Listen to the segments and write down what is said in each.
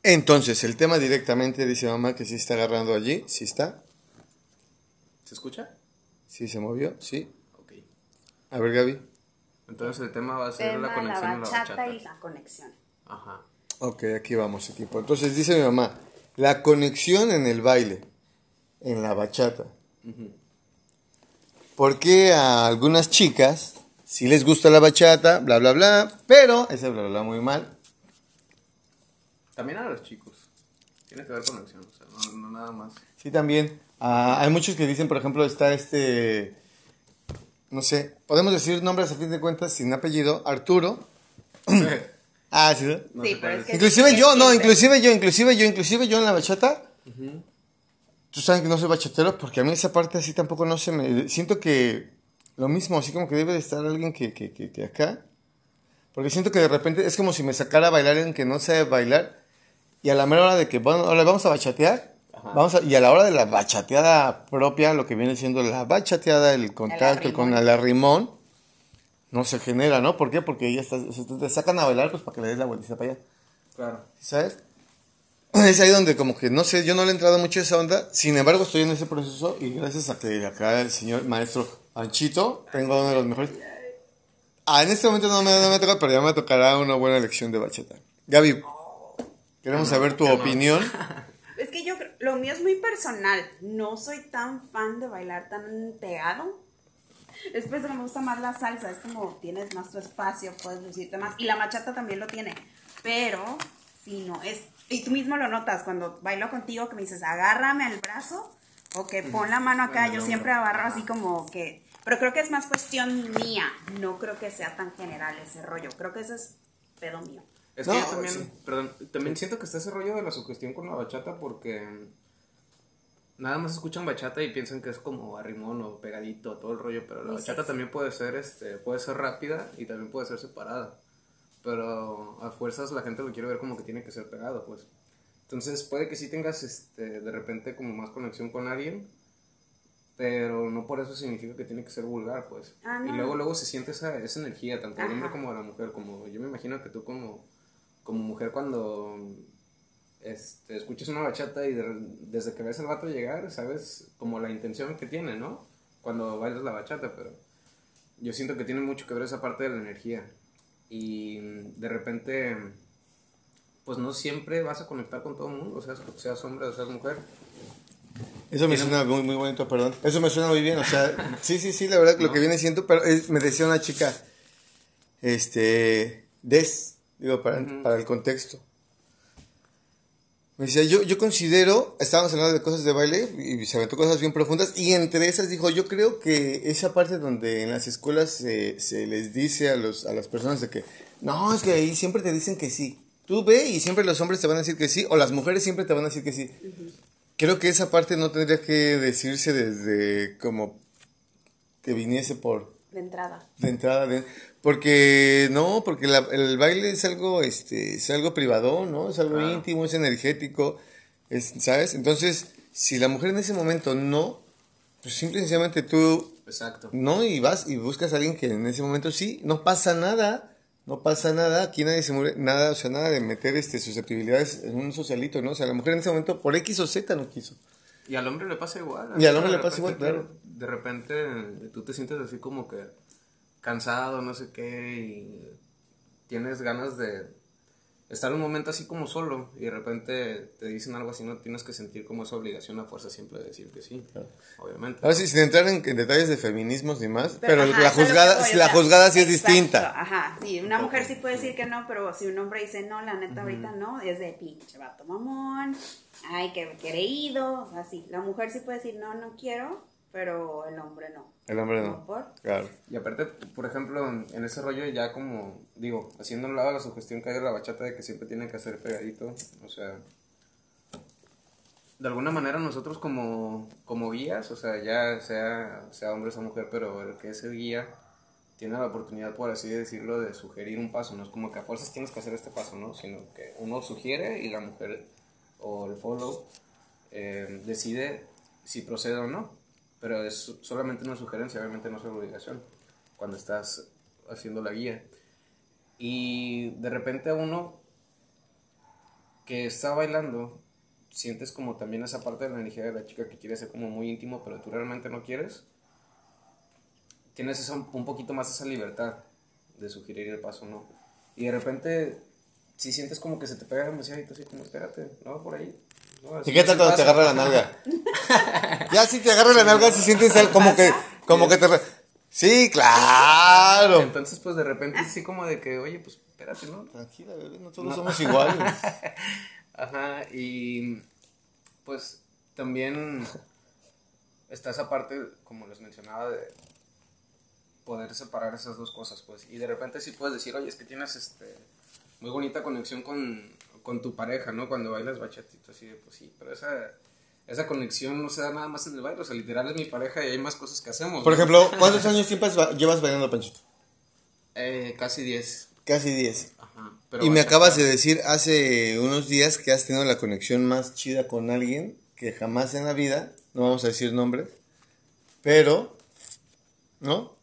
Entonces, el tema directamente dice mamá que sí está agarrando allí. Sí está. ¿Se escucha? Sí se movió. Sí. Ok. A ver, Gaby. Entonces el tema va a ser la Tema, la conexión en la bachata bachata. y la conexión. Ajá. Ok, aquí vamos, equipo. Entonces dice mi mamá, la conexión en el baile, en la bachata. ¿Por qué a algunas chicas sí les gusta la bachata, bla, bla, bla, pero ese bla, bla, bla muy mal? También a los chicos. Tiene que ver conexión, o sea, no nada más. Sí, también. Hay muchos que dicen, por ejemplo, está no sé, podemos decir nombres a fin de cuentas sin apellido, Arturo. Ah, sí, ¿no? No Sí, sé pero cuál es es. que Inclusive sí yo, no, existe. inclusive yo en la bachata. Tú sabes que no soy bachatero porque a mí esa parte así tampoco no se me... Siento que lo mismo, así como que debe de estar alguien que acá. Porque siento que de repente es como si me sacara a bailar alguien que no sabe bailar. Y a la mera hora de que, bueno, ahora vamos a bachatear. Ajá. Y a la hora de la bachateada propia, lo que viene siendo la bachateada, el El contacto, el con arrimón. el arrimón, no se genera, ¿no? ¿Por qué? Porque ya está, o sea, te sacan a bailar pues para que le des la vueltita para allá. Claro. ¿Sabes? Es ahí donde como que, no sé, yo no le he entrado mucho a esa onda, sin embargo estoy en ese proceso y gracias a que acá el señor maestro Panchito, tengo uno de los mejores... Ah, en este momento no me toca, pero ya me tocará una buena lección de bachata. Gaby, queremos saber tu Qué honor. opinión. Es que lo mío es muy personal. No soy tan fan de bailar tan pegado. Después me gusta más la salsa, es como tienes más tu espacio, puedes lucirte más. Y la bachata también lo tiene. Pero, si no, es. Y tú mismo lo notas cuando bailo contigo que me dices, agárrame al brazo o que pon la mano acá. En el Yo hombro. siempre agarro Ajá. así como que. Pero creo que es más cuestión mía. No creo que sea tan general ese rollo. Creo que ese es pedo mío. Es No, que yo también, sí. perdón, también siento que está ese rollo de la sugestión con la bachata porque nada más escuchan bachata y piensan que es como arrimón o pegadito, todo el rollo, pero la Muy bachata sexy. también puede ser rápida y también puede ser separada. Pero a fuerzas la gente lo quiere ver como que tiene que ser pegado, pues. Entonces puede que sí tengas de repente como más conexión con alguien, pero no por eso significa que tiene que ser vulgar, pues. Ah, Y no. luego se siente esa energía, tanto del hombre Ajá. como de la mujer, como yo me imagino que tú como mujer cuando escuchas una bachata y desde que ves al vato llegar, sabes como la intención que tiene, ¿no? Cuando bailas la bachata, pero yo siento que tiene mucho que ver esa parte de la energía. Y de repente, pues no siempre vas a conectar con todo el mundo, o sea, seas hombre o seas mujer. Eso me Tiene, suena muy, muy bonito, perdón. Eso me suena muy bien, o sea, sí, la verdad, lo que ¿no? viene siendo, pero me decía una chica, digo, Ujú. para el contexto. Me decía, yo considero, estábamos hablando de cosas de baile y se aventó cosas bien profundas y entre esas dijo, yo creo que esa parte donde en las escuelas se les dice a las personas de que, no, es que ahí siempre te dicen que sí. Tú ve y siempre los hombres te van a decir que sí o las mujeres siempre te van a decir que sí. Creo que esa parte no tendría que decirse desde como que viniese por De entrada. de entrada porque no, porque el baile es algo es algo privado, ¿no? Es algo Claro, íntimo, es energético, ¿sabes? Entonces, si la mujer en ese momento no, pues simple y sencillamente tú exacto. no y vas y buscas a alguien que en ese momento sí, no pasa nada. No pasa nada, aquí nadie se muere, nada, o sea, nada de meter susceptibilidades en un socialito, ¿no? O sea, la mujer en ese momento por X o Z no quiso. Y al hombre le pasa igual, la Y al neta, hombre le pasa igual, claro. de repente tú te sientes así como que cansado, no sé qué, y tienes ganas de estar un momento así como solo, y de repente te dicen algo así, no tienes que sentir como esa obligación a fuerza siempre de decir que sí, obviamente, Ahora ¿no? sí, sin entrar en detalles de feminismos ni más, pero Ajá, la es a lo que juzgada, voy, o la sea, juzgada sí es exacto, distinta. ajá, sí, Un una poco, mujer sí puede sí. decir que no, pero si un hombre dice no, la neta ahorita no, es de pinche vato mamón, ay, que creído, así, la mujer sí puede decir no, no quiero, pero el hombre no, El hombre no. ¿no por? Claro. Y aparte, por ejemplo, en ese rollo ya como, digo, haciendo un lado la sugestión que hay de la bachata de que siempre tiene que hacer pegadito, o sea, de alguna manera nosotros como guías, o sea, ya sea hombre o sea mujer, pero el que es el guía tiene la oportunidad, por así decirlo, de sugerir un paso, no es como que a fuerzas tienes que hacer este paso, ¿no? Sino que uno sugiere y la mujer o el follow decide si procede o no, pero es solamente una sugerencia, obviamente no es una obligación cuando estás haciendo la guía. Y de repente a uno que está bailando, sientes como también esa parte de la energía de la chica que quiere ser como muy íntimo, pero tú realmente no quieres, tienes un poquito más esa libertad de sugerir el paso, ¿no? Y de repente, si sientes como que se te pega demasiado, así como, espérate, no, por ahí. No, ¿Y qué tal cuando te agarra la nalga? Ya si te agarra la nalga, si sientes como que te... Sí, claro. Entonces, pues de repente sí como de que, oye, pues espérate, ¿no? Tranquila, bebé, no todos somos iguales. Ajá, y pues también está esa parte, como les mencionaba, de poder separar esas dos cosas, pues. Y de repente sí puedes decir, oye, es que tienes muy bonita conexión con tu pareja, ¿no? Cuando bailas bachatito, así de, pues sí, pero esa conexión no se da nada más en el baile, o sea, literal es mi pareja y hay más cosas que hacemos. Por ¿no? ejemplo, ¿cuántos años llevas bailando, Panchito? Casi 10. Casi 10. Ajá. Y me acabas de decir hace unos días que has tenido la conexión más chida con alguien que jamás en la vida, no vamos a decir nombres, pero, ¿no?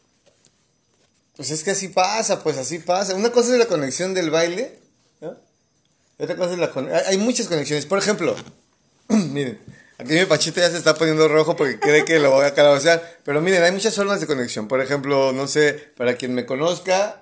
Pues es que así pasa, pues así pasa. Una cosa es la conexión del baile, ¿no? Otra cosa es hay muchas conexiones. Por ejemplo, miren, aquí mi Pachito ya se está poniendo rojo porque cree que lo voy a calabacear. Pero miren, hay muchas formas de conexión. Por ejemplo, no sé, para quien me conozca,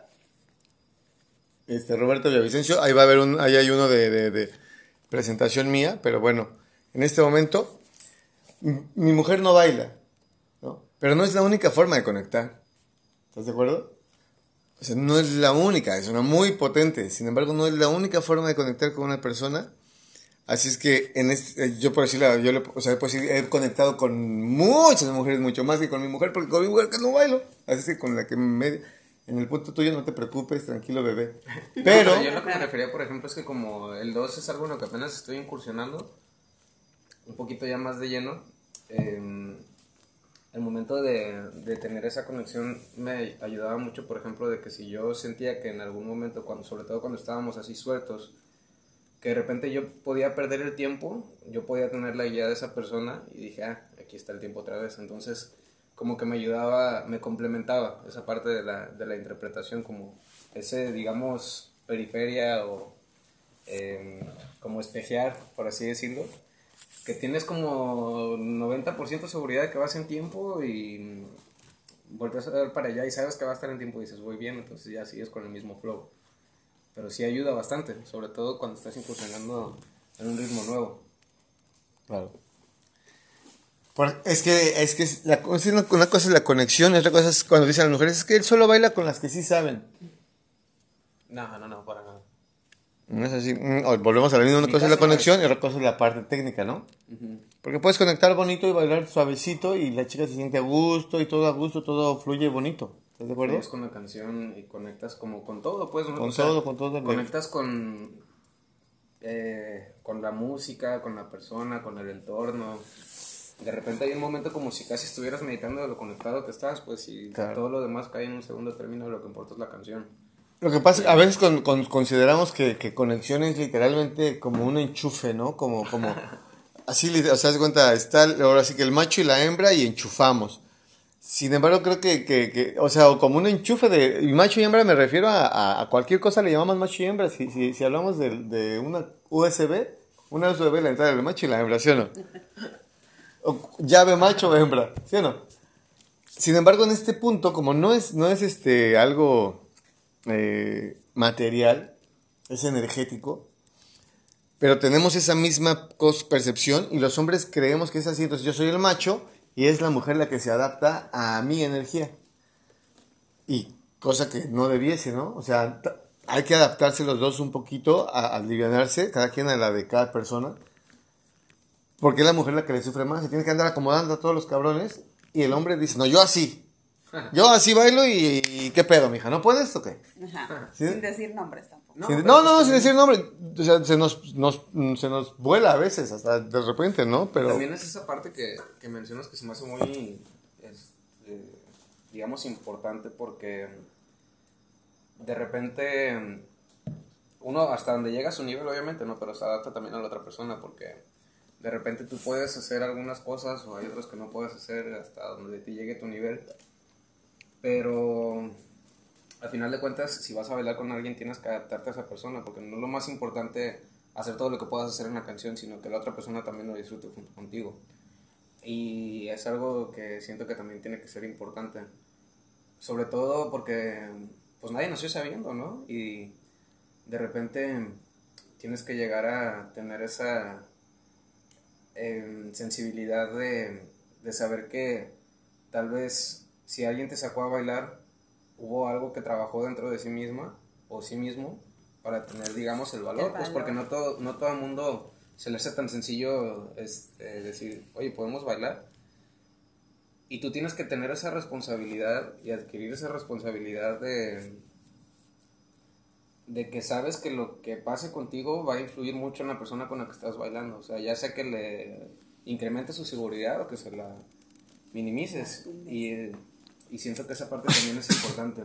Roberto Villavicencio, ahí va a haber ahí hay uno de presentación mía, pero bueno, en este momento, mi mujer no baila, ¿no? Pero no es la única forma de conectar. ¿Estás de acuerdo? O sea, no es la única, es una muy potente. Sin embargo, no es la única forma de conectar con una persona. Así es que yo por decirlo, o sea, pues, he conectado con muchas mujeres, mucho más que con mi mujer, porque con mi mujer que no bailo. Así es que con la que en el punto tuyo no te preocupes, tranquilo bebé. Pero Yo lo que me refería, por ejemplo, es que como el 2 es algo en lo que apenas estoy incursionando, un poquito ya más de lleno, el momento de tener esa conexión me ayudaba mucho, por ejemplo, de que si yo sentía que en algún momento, sobre todo cuando estábamos así sueltos, que de repente yo podía perder el tiempo, yo podía tener la guía de esa persona y dije, aquí está el tiempo otra vez. Entonces, como que me ayudaba, me complementaba esa parte de la interpretación, como ese, digamos, periferia o como espejear, por así decirlo, que tienes como 90% seguridad de que vas en tiempo y vuelves a ver para allá y sabes que va a estar en tiempo y dices, voy bien, entonces ya sigues con el mismo flow. Pero sí ayuda bastante, sobre todo cuando estás incursionando en un ritmo nuevo. claro. Una cosa es la conexión y otra cosa es cuando dicen las mujeres, es que él solo baila con las que sí saben. No, para nada. No es así. Volvemos a la misma. Una cosa es la conexión y otra cosa es la parte técnica, ¿no? Uh-huh. Porque puedes conectar bonito y bailar suavecito y la chica se siente a gusto y todo a gusto, todo fluye bonito. ¿Estás de acuerdo? Fluye con la canción y conectas como con todo, pues. ¿no? Con o sea, todo, con todo. Conectas con la música, con la persona, con el entorno. De repente hay un momento como si casi estuvieras meditando de lo conectado que estás, pues, y claro. Todo lo demás cae en un segundo término, lo que importa es la canción. Lo que pasa es que a veces consideramos que conexión es literalmente como un enchufe, ¿no? Como así, o sea, se cuenta, está ahora sí que el macho y la hembra y enchufamos. Sin embargo, creo o sea, como un enchufe y macho y hembra me refiero a cualquier cosa le llamamos macho y hembra. Si hablamos de una USB la entrada del macho y la hembra, ¿sí o no? O llave macho o hembra, ¿sí o no? Sin embargo, en este punto, como no es algo material, es energético, pero tenemos esa misma percepción y los hombres creemos que es así. Entonces yo soy el macho y es la mujer la que se adapta a mi energía. Y cosa que no debiese, ¿no? O sea, hay que adaptarse los dos un poquito, a alivianarse, cada quien a la de cada persona. Porque es la mujer la que le sufre más. Se tiene que andar acomodando a todos los cabrones. Y el hombre dice, no, yo así bailo y ¿qué pedo, mija? ¿No puedes o qué? Ajá. ¿Sí? Sin decir nombres tampoco. Sin decir nombre. O sea, se nos vuela a veces, hasta de repente, ¿no? Pero también es esa parte que mencionas que se me hace muy, digamos, importante porque de repente uno hasta donde llega a su nivel, obviamente, ¿no? Pero se adapta también a la otra persona porque de repente tú puedes hacer algunas cosas o hay otras que no puedes hacer hasta donde te llegue tu nivel. Pero al final de cuentas, si vas a bailar con alguien, tienes que adaptarte a esa persona, porque no es lo más importante hacer todo lo que puedas hacer en la canción, sino que la otra persona también lo disfrute junto contigo. Y es algo que siento que también tiene que ser importante. Sobre todo porque pues nadie nació sabiendo, ¿no? Y de repente tienes que llegar a tener esa sensibilidad de saber que tal vez si alguien te sacó a bailar, hubo algo que trabajó dentro de sí misma o sí mismo para tener, digamos, el valor. Pues porque no todo el mundo se le hace tan sencillo decir, oye, ¿podemos bailar? Y tú tienes que tener esa responsabilidad y adquirir esa responsabilidad de que sabes que lo que pase contigo va a influir mucho en la persona con la que estás bailando. O sea, ya sea que le incrementes su seguridad o que se la minimices. Y siento que esa parte también es importante.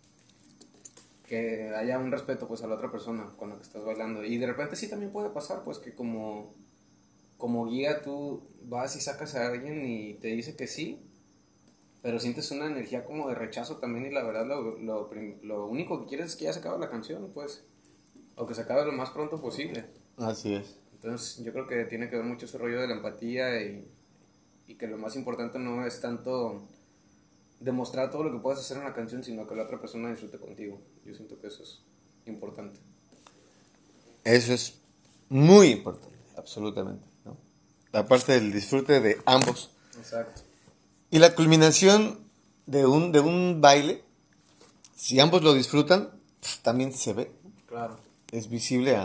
Que haya un respeto pues a la otra persona con la que estás bailando. Y de repente sí también puede pasar pues que como guía tú vas y sacas a alguien y te dice que sí, pero sientes una energía como de rechazo también y la verdad lo único que quieres es que ya se acabe la canción, pues, o que se acabe lo más pronto posible. Así es. Entonces yo creo que tiene que ver mucho ese rollo de la empatía y que lo más importante no es tanto demostrar todo lo que puedes hacer en la canción, sino que la otra persona disfrute contigo. Yo siento que eso es importante. Eso es muy importante, absolutamente, ¿no? La parte del disfrute de ambos. Exacto. Y la culminación de un baile, si ambos lo disfrutan, pues, también se ve. Claro. Es visible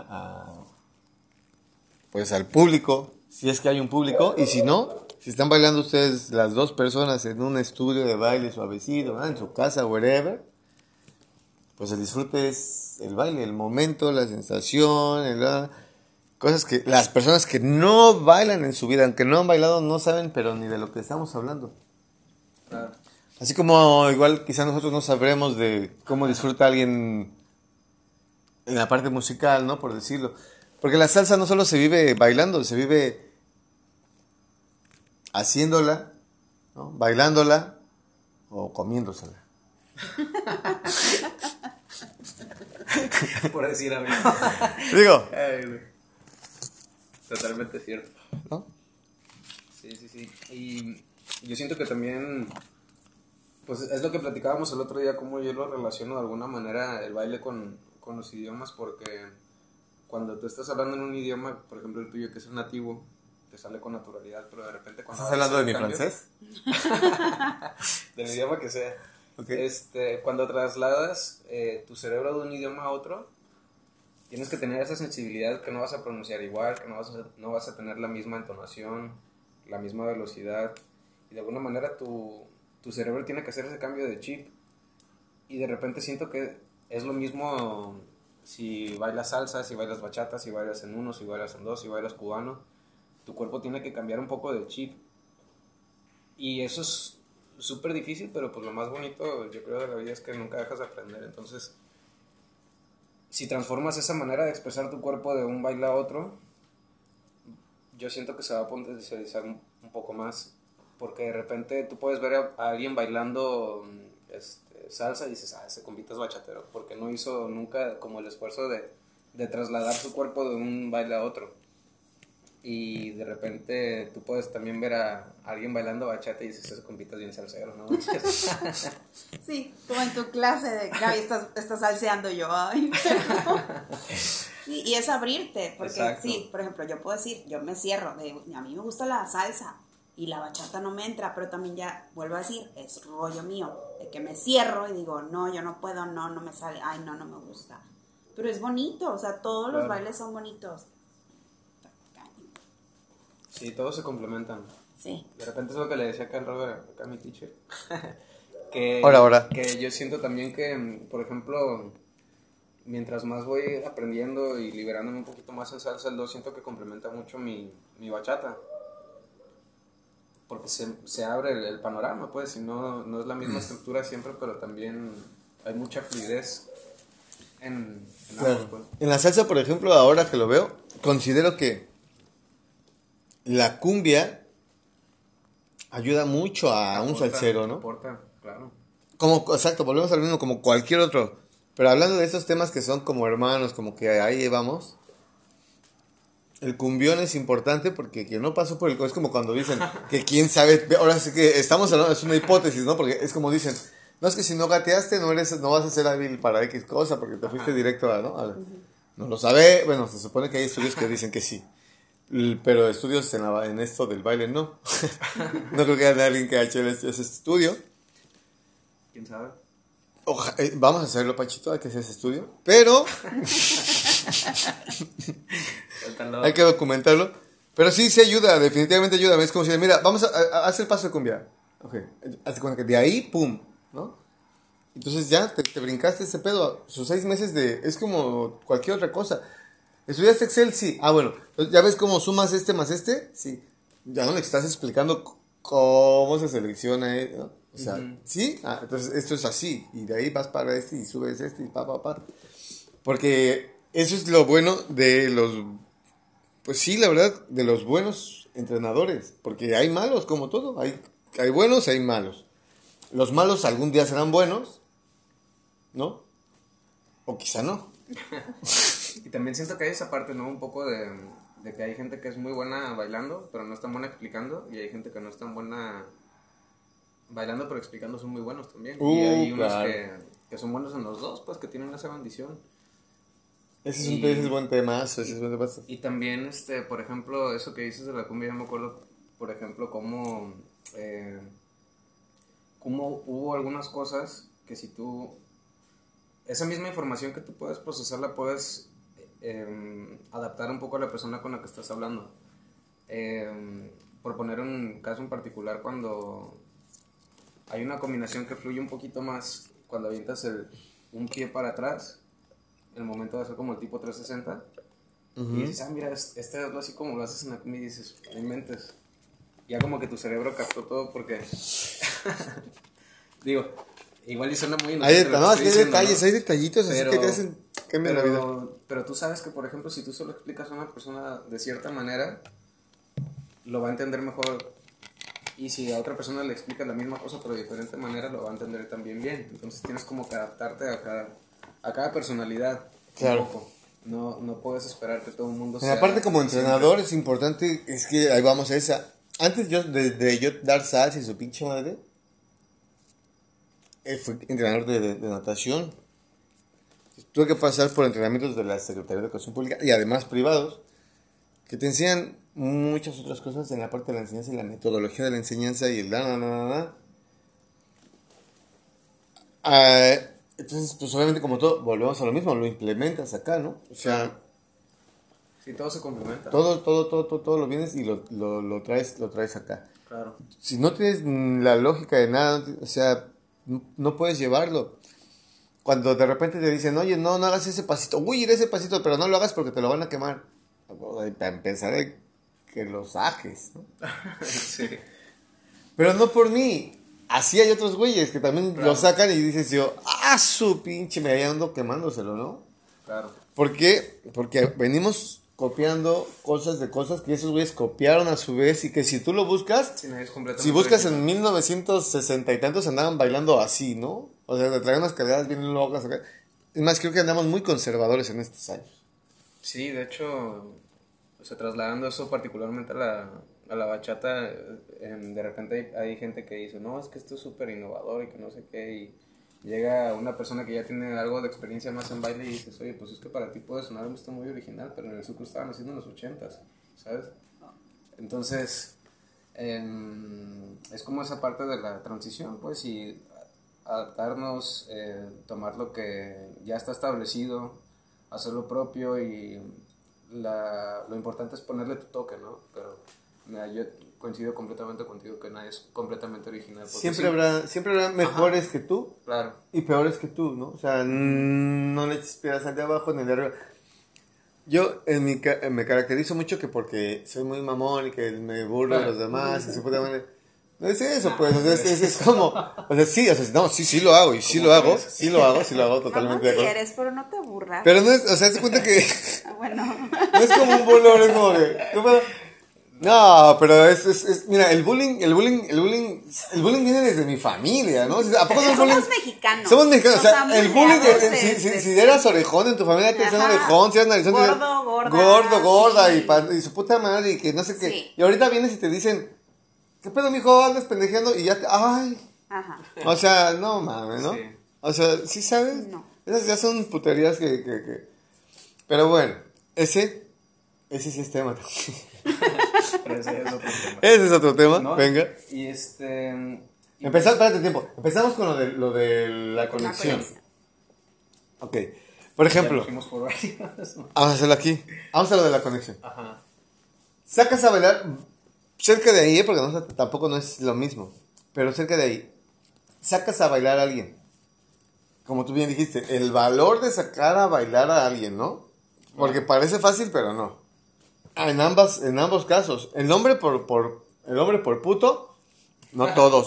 pues al público, si es que hay un público, y si no, si están bailando ustedes las dos personas en un estudio de baile suavecito, ¿no? En su casa, wherever, pues el disfrute es el baile, el momento, la sensación, cosas que las personas que no bailan en su vida, aunque no han bailado, no saben, pero ni de lo que estamos hablando. Claro. Así como igual quizás nosotros no sabremos de cómo disfruta alguien en la parte musical, ¿no? Por decirlo. Porque la salsa no solo se vive bailando, se vive haciéndola, ¿no? Bailándola o comiéndosela. Por decir algo. Digo, totalmente cierto. ¿no? Sí. Y yo siento que también, pues es lo que platicábamos el otro día, cómo yo lo relaciono de alguna manera el baile con los idiomas, porque cuando tú estás hablando en un idioma, por ejemplo el tuyo que es el nativo, te sale con naturalidad, pero de repente cuando... ¿Estás hablando de mi francés? Del idioma que sea. Okay. Cuando trasladas tu cerebro de un idioma a otro, tienes que tener esa sensibilidad que no vas a pronunciar igual, que no vas a tener la misma entonación, la misma velocidad, y de alguna manera tu cerebro tiene que hacer ese cambio de chip. Y de repente siento que es lo mismo si bailas salsa, si bailas bachata, si bailas en uno, si bailas en dos, si bailas cubano. Tu cuerpo tiene que cambiar un poco de chip. Y eso es súper difícil, pero pues lo más bonito yo creo de la vida es que nunca dejas de aprender. Entonces, si transformas esa manera de expresar tu cuerpo de un baile a otro, yo siento que se va a potencializar un poco más, porque de repente tú puedes ver a alguien bailando salsa y dices, ese compita es bachatero, porque no hizo nunca como el esfuerzo de trasladar su cuerpo de un baile a otro. Y de repente tú puedes también ver a alguien bailando bachata y dices, ese compita es bien salsero, ¿no? Sí, como en tu clase de Gaby, estás salseando yo. Ay, sí, y es abrirte, porque exacto. Sí, por ejemplo, yo puedo decir, yo me cierro, a mí me gusta la salsa y la bachata no me entra, pero también ya, vuelvo a decir, es rollo mío, de que me cierro y digo, no, yo no puedo, no me sale, ay, no me gusta. Pero es bonito, o sea, todos los bailes son bonitos. Sí, todos se complementan. Sí. De repente es lo que le decía acá al Robert, acá a mi teacher. que yo siento también que, por ejemplo, mientras más voy aprendiendo y liberándome un poquito más en salsa, el 2 siento que complementa mucho mi bachata. Porque se abre el panorama, pues, y no es la misma estructura siempre, pero también hay mucha fluidez en claro. ambos, pues. En la salsa, por ejemplo, ahora que lo veo, considero que la cumbia ayuda mucho a un salsero, ¿no? Aporta, claro. Exacto, volvemos al mismo, como cualquier otro. Pero hablando de esos temas que son como hermanos, como que ahí vamos, el cumbión es importante porque quien no pasó por el... Es como cuando dicen que quién sabe... Ahora sí que estamos hablando, es una hipótesis, ¿no? Porque es como dicen, no es que si no gateaste no vas a ser hábil para X cosa porque te fuiste directo a... ¿no? No lo sabe, bueno, se supone que hay estudios que dicen que sí. Pero estudios en esto del baile no. No creo que haya alguien que haya hecho ese estudio. ¿Quién sabe? Vamos a hacerlo, Panchito, hay que hacer ese estudio. Pero hay que documentarlo. Pero sí ayuda, definitivamente ayuda. Es como si, mira, vamos a hacer el paso de cumbia. Ok, haz de cuenta que de ahí, pum, ¿no? Entonces ya te brincaste ese pedo. Sus 6 meses es como cualquier otra cosa. ¿Estudiaste Excel? Sí. Ah, bueno. ¿Ya ves cómo sumas este más este? Sí. Ya no le estás explicando cómo se selecciona, ¿no? O sea, ¿sí? Ah, entonces esto es así. Y de ahí vas para este y subes este y pa. Porque eso es lo bueno de los... Pues sí, la verdad, de los buenos entrenadores. Porque hay malos, como todo. Hay buenos, hay malos. Los malos algún día serán buenos, ¿no? O quizá no. Y también siento que hay esa parte, ¿no? Un poco de que hay gente que es muy buena bailando, pero no es tan buena explicando. Y hay gente que no es tan buena bailando, pero explicando son muy buenos también. Y hay unos claro. que son buenos en los dos, pues que tienen esa bendición. Ese es buen temazo, ese es buen temazo. Y también, por ejemplo, eso que dices de la cumbia, yo me acuerdo, por ejemplo, cómo hubo algunas cosas que si tú... Esa misma información que tú puedes procesar la puedes adaptar un poco a la persona con la que estás hablando. Por poner un caso en particular, cuando hay una combinación que fluye un poquito más, cuando avientas un pie para atrás, en el momento de hacer como el tipo 360, y dices, mira, este hazlo así como lo haces en la cumbia, y dices, no inventes. Ya como que tu cerebro captó todo porque... Digo... Igual y suena muy inocente. Hay detallitos así que te hacen cambiar la vida. Pero tú sabes que, por ejemplo, si tú solo explicas a una persona de cierta manera, lo va a entender mejor. Y si a otra persona le explicas la misma cosa pero de diferente manera, lo va a entender también bien. Entonces tienes como que adaptarte a cada personalidad. Claro. Un poco. No puedes esperar que todo el mundo sea... Aparte, como entrenador, es importante, es que ahí vamos a esa. Antes de yo dar salsa y su pinche madre, fui entrenador de natación. Tuve que pasar por entrenamientos de la Secretaría de Educación Pública y además privados, que te enseñan muchas otras cosas en la parte de la enseñanza y la metodología de la enseñanza y el entonces, pues obviamente como todo, volvemos a lo mismo, lo implementas acá, ¿no? O sea... Sí, todo se complementa. Todo lo vienes y lo traes acá. Claro. Si no tienes la lógica de nada, o sea... No puedes llevarlo. Cuando de repente te dicen, oye, no hagas ese pasito. Uy, ese pasito, pero no lo hagas porque te lo van a quemar. Pensaré que lo saques, ¿no? Sí. Pero no por mí. Así hay otros güeyes que también lo sacan y dices yo, su pinche, me ando quemándoselo, ¿no? Claro. ¿Por qué? Porque venimos copiando cosas que esos güeyes copiaron a su vez y que si tú lo buscas, si buscas en 1960 y tantos andaban bailando así, ¿no? O sea, te traían unas cargadas bien locas acá. Es más, creo que andamos muy conservadores en estos años. Sí, de hecho, o sea, trasladando eso particularmente a la bachata, de repente hay gente que dice, no, es que esto es súper innovador y que no sé qué, y llega una persona que ya tiene algo de experiencia más en baile y dices, oye, pues es que para ti puede sonar esto muy original, pero en el sucro estaban haciendo en los 80s, ¿sabes? Entonces, es como esa parte de la transición, pues, y adaptarnos, tomar lo que ya está establecido, hacer lo propio y lo importante es ponerle tu toque, ¿no? Pero mira, yo coincido completamente contigo que nadie es completamente original. Siempre habrá mejores que tú, claro, y peores que tú, ¿no? O sea, no le eches piedras al de abajo ni al de arriba. Yo me caracterizo mucho que porque soy muy mamón y que me burlo de los demás y se puede manera. No es eso, pues, o sea, es como, o sea, sí lo hago, y sí lo hago totalmente de acuerdo. Eres, pero no te burlas. Pero no es, o sea, se cuenta que, bueno. No es como un burlón, es como que, no, pero mira, el bullying viene desde mi familia, ¿no? ¿A poco no es bullying? Somos mexicanos. O sea, el bullying, si eras orejón en tu familia, te decían orejón, si eras narizón, gordo, gorda. gorda Sí. y su puta madre y que no sé qué. Sí. Y ahorita vienes y te dicen, ¿qué pedo, mijo? Andas pendejeando y ya te... Ay. Ajá. O sea, no mames, ¿no? Sí. O sea, ¿sí sabes? No. Esas ya son puterías que... Pero bueno, ese sí es tema. Pero ese es otro tema. Ese es otro tema, ¿No? venga. Y Espérate tiempo. Empezamos con lo de la conexión. Ok. Por ya ejemplo, nos fuimos por varios, ¿no? vamos a hacerlo aquí. Vamos a lo de la conexión. Ajá. Sacas a bailar cerca de ahí, porque tampoco no es lo mismo. Pero cerca de ahí. Sacas a bailar a alguien. Como tú bien dijiste, el valor de sacar a bailar a alguien, ¿no? Porque parece fácil, pero no. En ambos casos. El hombre por puto, no todos.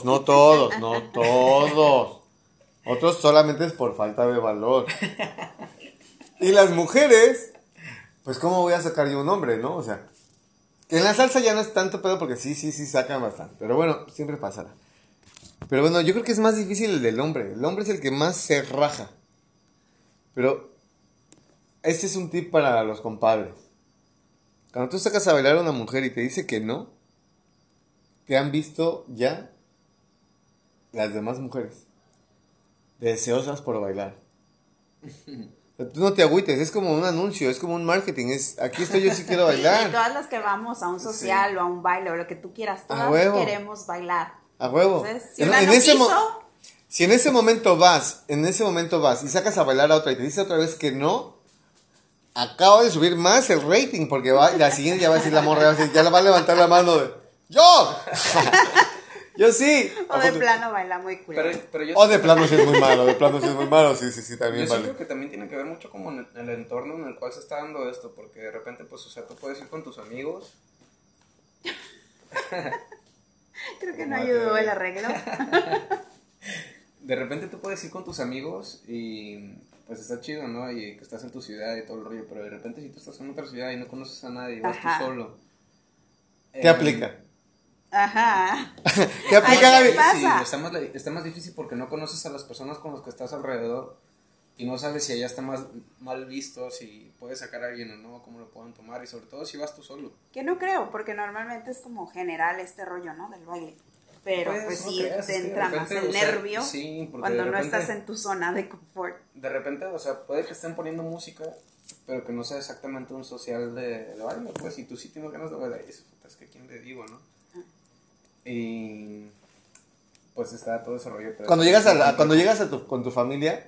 Otros solamente es por falta de valor. Y las mujeres, pues cómo voy a sacar yo un hombre, ¿no? O sea, que en la salsa ya no es tanto pedo porque sí sacan bastante. Pero bueno, siempre pasará. Pero bueno, yo creo que es más difícil el del hombre. El hombre es el que más se raja. Pero este es un tip para los compadres. Cuando tú sacas a bailar a una mujer y te dice que no, te han visto ya las demás mujeres deseosas por bailar. O sea, tú no te agüites, es como un anuncio, es como un marketing, aquí estoy, yo sí quiero Sí, de bailar. todas las que vamos a un social o a un baile o lo que tú quieras, todas huevo. queremos bailar. A huevo. Entonces, si una no quiso, Si en ese momento vas y sacas a bailar a otra y te dice otra vez que no, acaba de subir más el rating porque la siguiente ya va a decir la morra, ya la va a levantar la mano de ¡yo! Yo sí. o de plano baila muy cool. Pero yo O de plano sí es muy malo, sí, también yo vale. siento que también tiene que ver mucho como en el entorno en el cual se está dando esto, porque de repente, pues, o sea, tú puedes ir con tus amigos. Creo que no ayudó el arreglo. De repente tú puedes ir con tus amigos y pues está chido, ¿no? Y que estás en tu ciudad y todo el rollo, pero de repente si tú estás en otra ciudad y no conoces a nadie y vas Ajá. tú solo. ¿Qué aplica? Ajá. ¿Qué aplica, Ay, Gaby? ¿qué pasa? Sí, está más difícil porque no conoces a las personas con las que estás alrededor y no sabes si allá está más mal visto, si puedes sacar a alguien o no, cómo lo puedan tomar y sobre todo si vas tú solo. Que no creo, porque normalmente es como general este rollo, ¿no? Del baile. Pero pues no sí, creas, te es que de entra más repente, el o sea, nervio sí, porque cuando de no repente- estás en tu zona de confort. De repente, o sea, puede que estén poniendo música, pero que no sea exactamente un social de baile, pues, y tú sí tienes ganas de bailar, y dices, puta, es que quién le digo, ¿no? Y pues está todo ese rollo. Pero Cuando llegas con tu familia,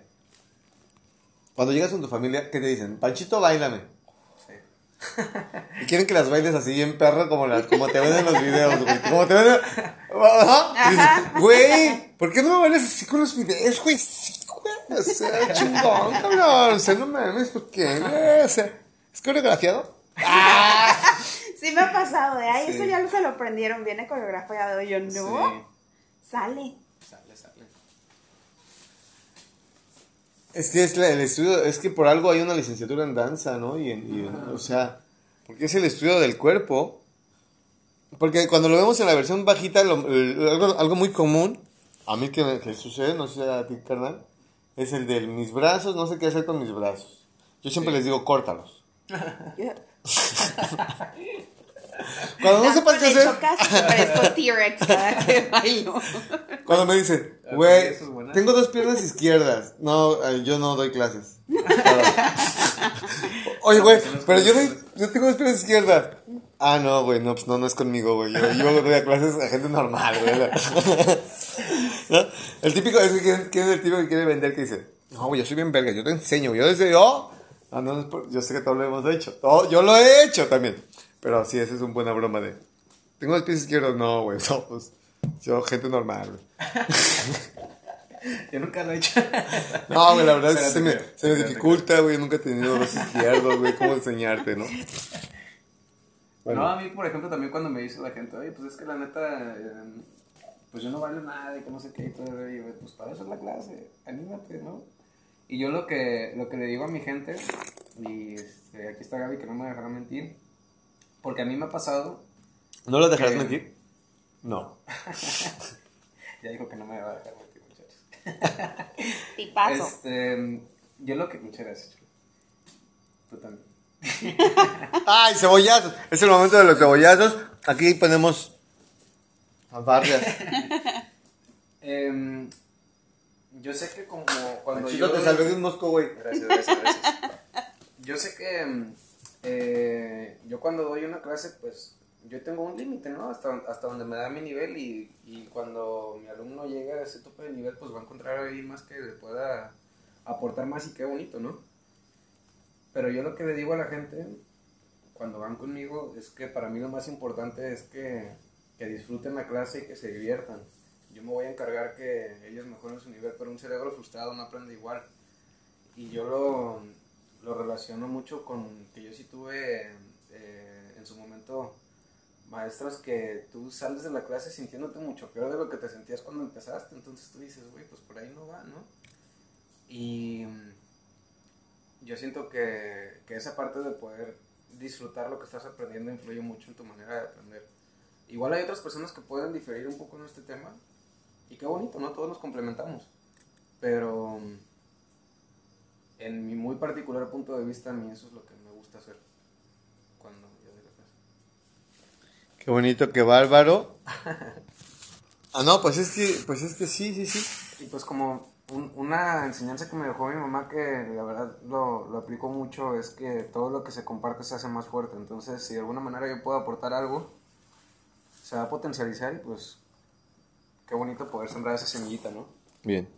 ¿qué te dicen? Panchito, báilame. Sí. Y quieren que las bailes así bien perro como te ven en los videos, güey. Como te ven Ajá. Y dices, güey, ¿por qué no me bailas así con los videos, güey? Sí, güey. O sea, chingón, cabrón. O sea, no mames, ¿por qué, güey? O sea, ¿es coreografiado? Sí me ha pasado, de ahí Sí. eso ya se lo aprendieron, viene coreografiado. Yo, no, Sí. sale. Sale. Es que el estudio, es que por algo hay una licenciatura en danza, ¿no? O sea, porque es el estudio del cuerpo. Porque cuando lo vemos en la versión bajita, algo muy común, a mí que sucede, no sé a ti, carnal, es el de mis brazos, no sé qué hacer con mis brazos. Yo siempre les digo, córtalos. Cuando no sepas qué De hacer, hecho, casi parezco T-Rex cada que bailo. cuando me dicen, Ok, güey, eso es buena. tengo 2 piernas izquierdas. No, yo no doy clases. Oye, güey, pero yo tengo 2 piernas izquierdas. Ah, no, güey, no, pues no es conmigo, güey. Yo doy a clases a gente normal, güey. ¿No? El típico, es que ¿quién es el tipo que quiere vender que dice, no, güey, yo soy bien verga, yo te enseño, yo desde yo. Ah, no, yo sé que todos lo hemos hecho. Yo lo he hecho también. Pero sí, esa es una buena broma de, tengo 2 pies izquierdos. No, güey, no, pues, yo gente normal, güey. Yo nunca lo he hecho. No, güey, la verdad es que Espérate, se me dificulta, güey. Nunca he tenido 2 izquierdos, güey. ¿Cómo enseñarte, no? Bueno. No, a mí, por ejemplo, también cuando me dice la gente, oye, pues es que la neta, pues yo no bailo nada y que no sé qué y todo, y yo, pues para eso es la clase, anímate, ¿no? Y yo lo que le digo a mi gente, y aquí está Gaby que no me dejará mentir, porque a mí me ha pasado, ¿No lo dejarás ¿Qué? mentir? No. ya dijo que no me va a dejar mentir, muchachos. Tipazo. Yo lo que, muchas gracias, chulo. Tú también. ¡Ay, cebollazos! Es el momento de los cebollazos. Aquí ponemos barrias. Yo sé que como cuando Chito, te salvé de un mosco, güey. Gracias. Yo sé que yo cuando doy una clase, pues yo tengo un límite, ¿no? Hasta donde me da mi nivel y cuando mi alumno llega a ese tope de nivel, pues va a encontrar ahí más que le pueda aportar más y qué bonito, ¿no? Pero yo lo que le digo a la gente cuando van conmigo es que para mí lo más importante es que disfruten la clase y que se diviertan. Yo me voy a encargar que ellos mejoren su nivel, pero un cerebro frustrado no aprende igual. Y yo lo relaciono mucho con que yo sí tuve en su momento maestros que tú sales de la clase sintiéndote mucho peor de lo que te sentías cuando empezaste. Entonces tú dices, güey, pues por ahí no va, ¿no? Y yo siento que esa parte de poder disfrutar lo que estás aprendiendo influye mucho en tu manera de aprender. Igual hay otras personas que pueden diferir un poco en este tema. Y qué bonito, ¿no? Todos nos complementamos. Pero en mi muy particular punto de vista, a mí eso es lo que me gusta hacer cuando yo doy la clase. Qué bonito, qué bárbaro. Ah, no, pues es que sí. Y pues como una enseñanza que me dejó mi mamá que la verdad lo aplico mucho es que todo lo que se comparte se hace más fuerte. Entonces, si de alguna manera yo puedo aportar algo, se va a potencializar y pues qué bonito poder sembrar esa semillita, ¿no? Bien.